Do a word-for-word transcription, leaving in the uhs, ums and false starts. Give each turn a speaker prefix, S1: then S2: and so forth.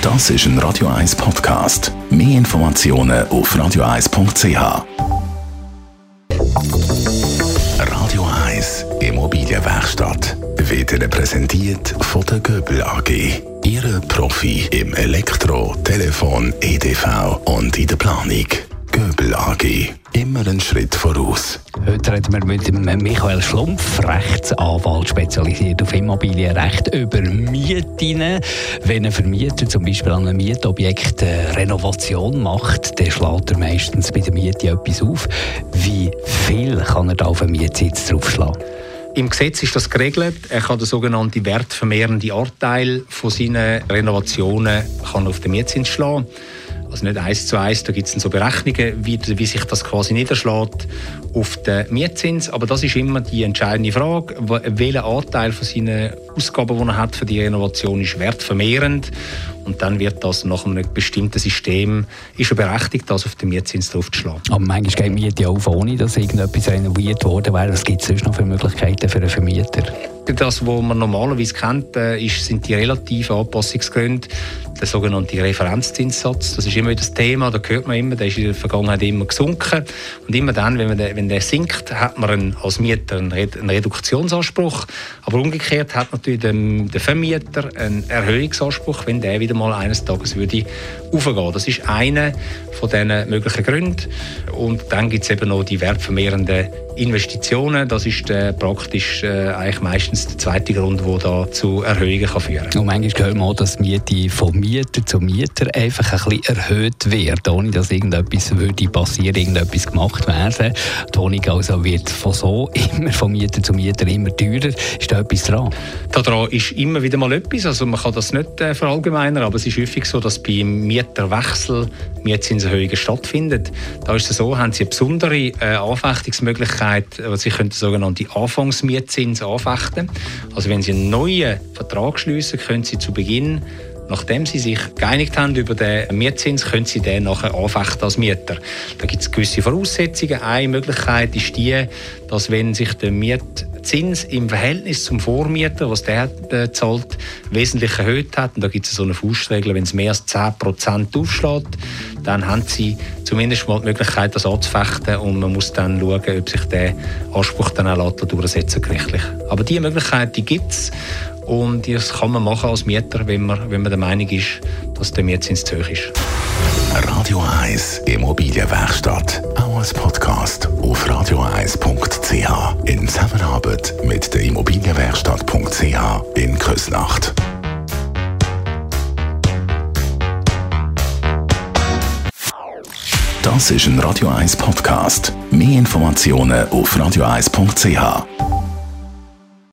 S1: Das ist ein Radio eins Podcast. Mehr Informationen auf radio eins punkt c h. Radio eins Immobilienwerkstatt wird Ihnen präsentiert von der Göbel A G. Ihre Profi im Elektro-, Telefon-, E D V und in der Planung. Göbel A G. Immer einen Schritt voraus.
S2: Heute reden wir mit dem Michael Schlumpf, Rechtsanwalt, spezialisiert auf Immobilienrecht, über Mieten. Wenn ein Vermieter zum Beispiel an einem Mietobjekt eine Renovation macht, dann schlägt er meistens bei der Miete etwas auf. Wie viel kann er da auf einen Mietzins draufschlagen?
S3: Im Gesetz ist das geregelt. Er kann den sogenannten wertvermehrenden Anteil von seinen Renovationen kann auf den Mietzins schlagen. Also nicht eins zu eins, da gibt es so Berechnungen, wie, wie sich das quasi niederschlägt auf den Mietzins. Aber das ist immer die entscheidende Frage, welcher Anteil von seinen Ausgaben, die er hat für die Renovation, ist wertvermehrend. Und dann wird das nach einem bestimmten System ist er berechtigt, das auf den Mietzins draufzuschlagen.
S2: Aber manchmal geht die Miete auf, ohne dass irgendetwas renoviert worden wäre. Was gibt es sonst noch für Möglichkeiten für einen Vermieter?
S3: Das, was man normalerweise kennt, ist, sind die relativen Anpassungsgründe, der sogenannte Referenzzinssatz. Das ist immer das Thema, da hört man immer, der ist in der Vergangenheit immer gesunken. Und immer dann, wenn, man den, wenn der sinkt, hat man einen, als Mieter einen, einen Reduktionsanspruch. Aber umgekehrt hat natürlich der, der Vermieter einen Erhöhungsanspruch, wenn der wieder mal eines Tages würde aufgehen. Das ist einer von diesen möglichen Gründen. Und dann gibt es eben noch die wertvermehrenden Investitionen. Das ist äh, praktisch äh, eigentlich meistens der zweite Grund, der da zu Erhöhungen kann führen kann.
S2: Und manchmal hört man auch, dass die Miete von Mieter zu Mieter einfach ein bisschen erhöht wird, ohne dass irgendetwas würde passieren, irgendetwas gemacht werden. Die Wohnung also wird von so immer von Mieter zu Mieter immer teurer. Ist da etwas dran?
S3: Daran ist immer wieder mal etwas. Also man kann das nicht äh, verallgemeinern, aber es ist häufig so, dass beim Mieterwechsel Mietzinserhöhungen stattfinden. Da ist es so, haben Sie eine besondere äh, Anfechtungsmöglichkeit. Sie können den sogenannten Anfangsmietzins anfechten. Also wenn Sie einen neuen Vertrag schliessen, können Sie zu Beginn, nachdem Sie sich geeinigt haben über den Mietzins, können Sie den nachher anfechten als Mieter. Da gibt es gewisse Voraussetzungen. Eine Möglichkeit ist die, dass wenn sich der Mietzins im Verhältnis zum Vormieter, was der äh, zahlt, wesentlich erhöht hat, und da gibt es so eine Faustregel, wenn es mehr als zehn Prozent aufschlägt, dann haben Sie zumindest mal die Möglichkeit, das anzufechten, und man muss dann schauen, ob sich der Anspruch dann auch durchsetzen gerichtlich. Aber diese Möglichkeit, die gibt es, und das kann man machen als Mieter, wenn man, wenn man der Meinung ist, dass der Mietzins zu hoch ist.
S1: Radio eins Immobilienwerkstatt, auch als Podcast auf radio eins punkt c h in Zusammenarbeit mit der Immobilienwerkstatt punkt c h in Küsnacht. Das ist ein Radio eins Podcast. Mehr Informationen auf radio eins punkt c h.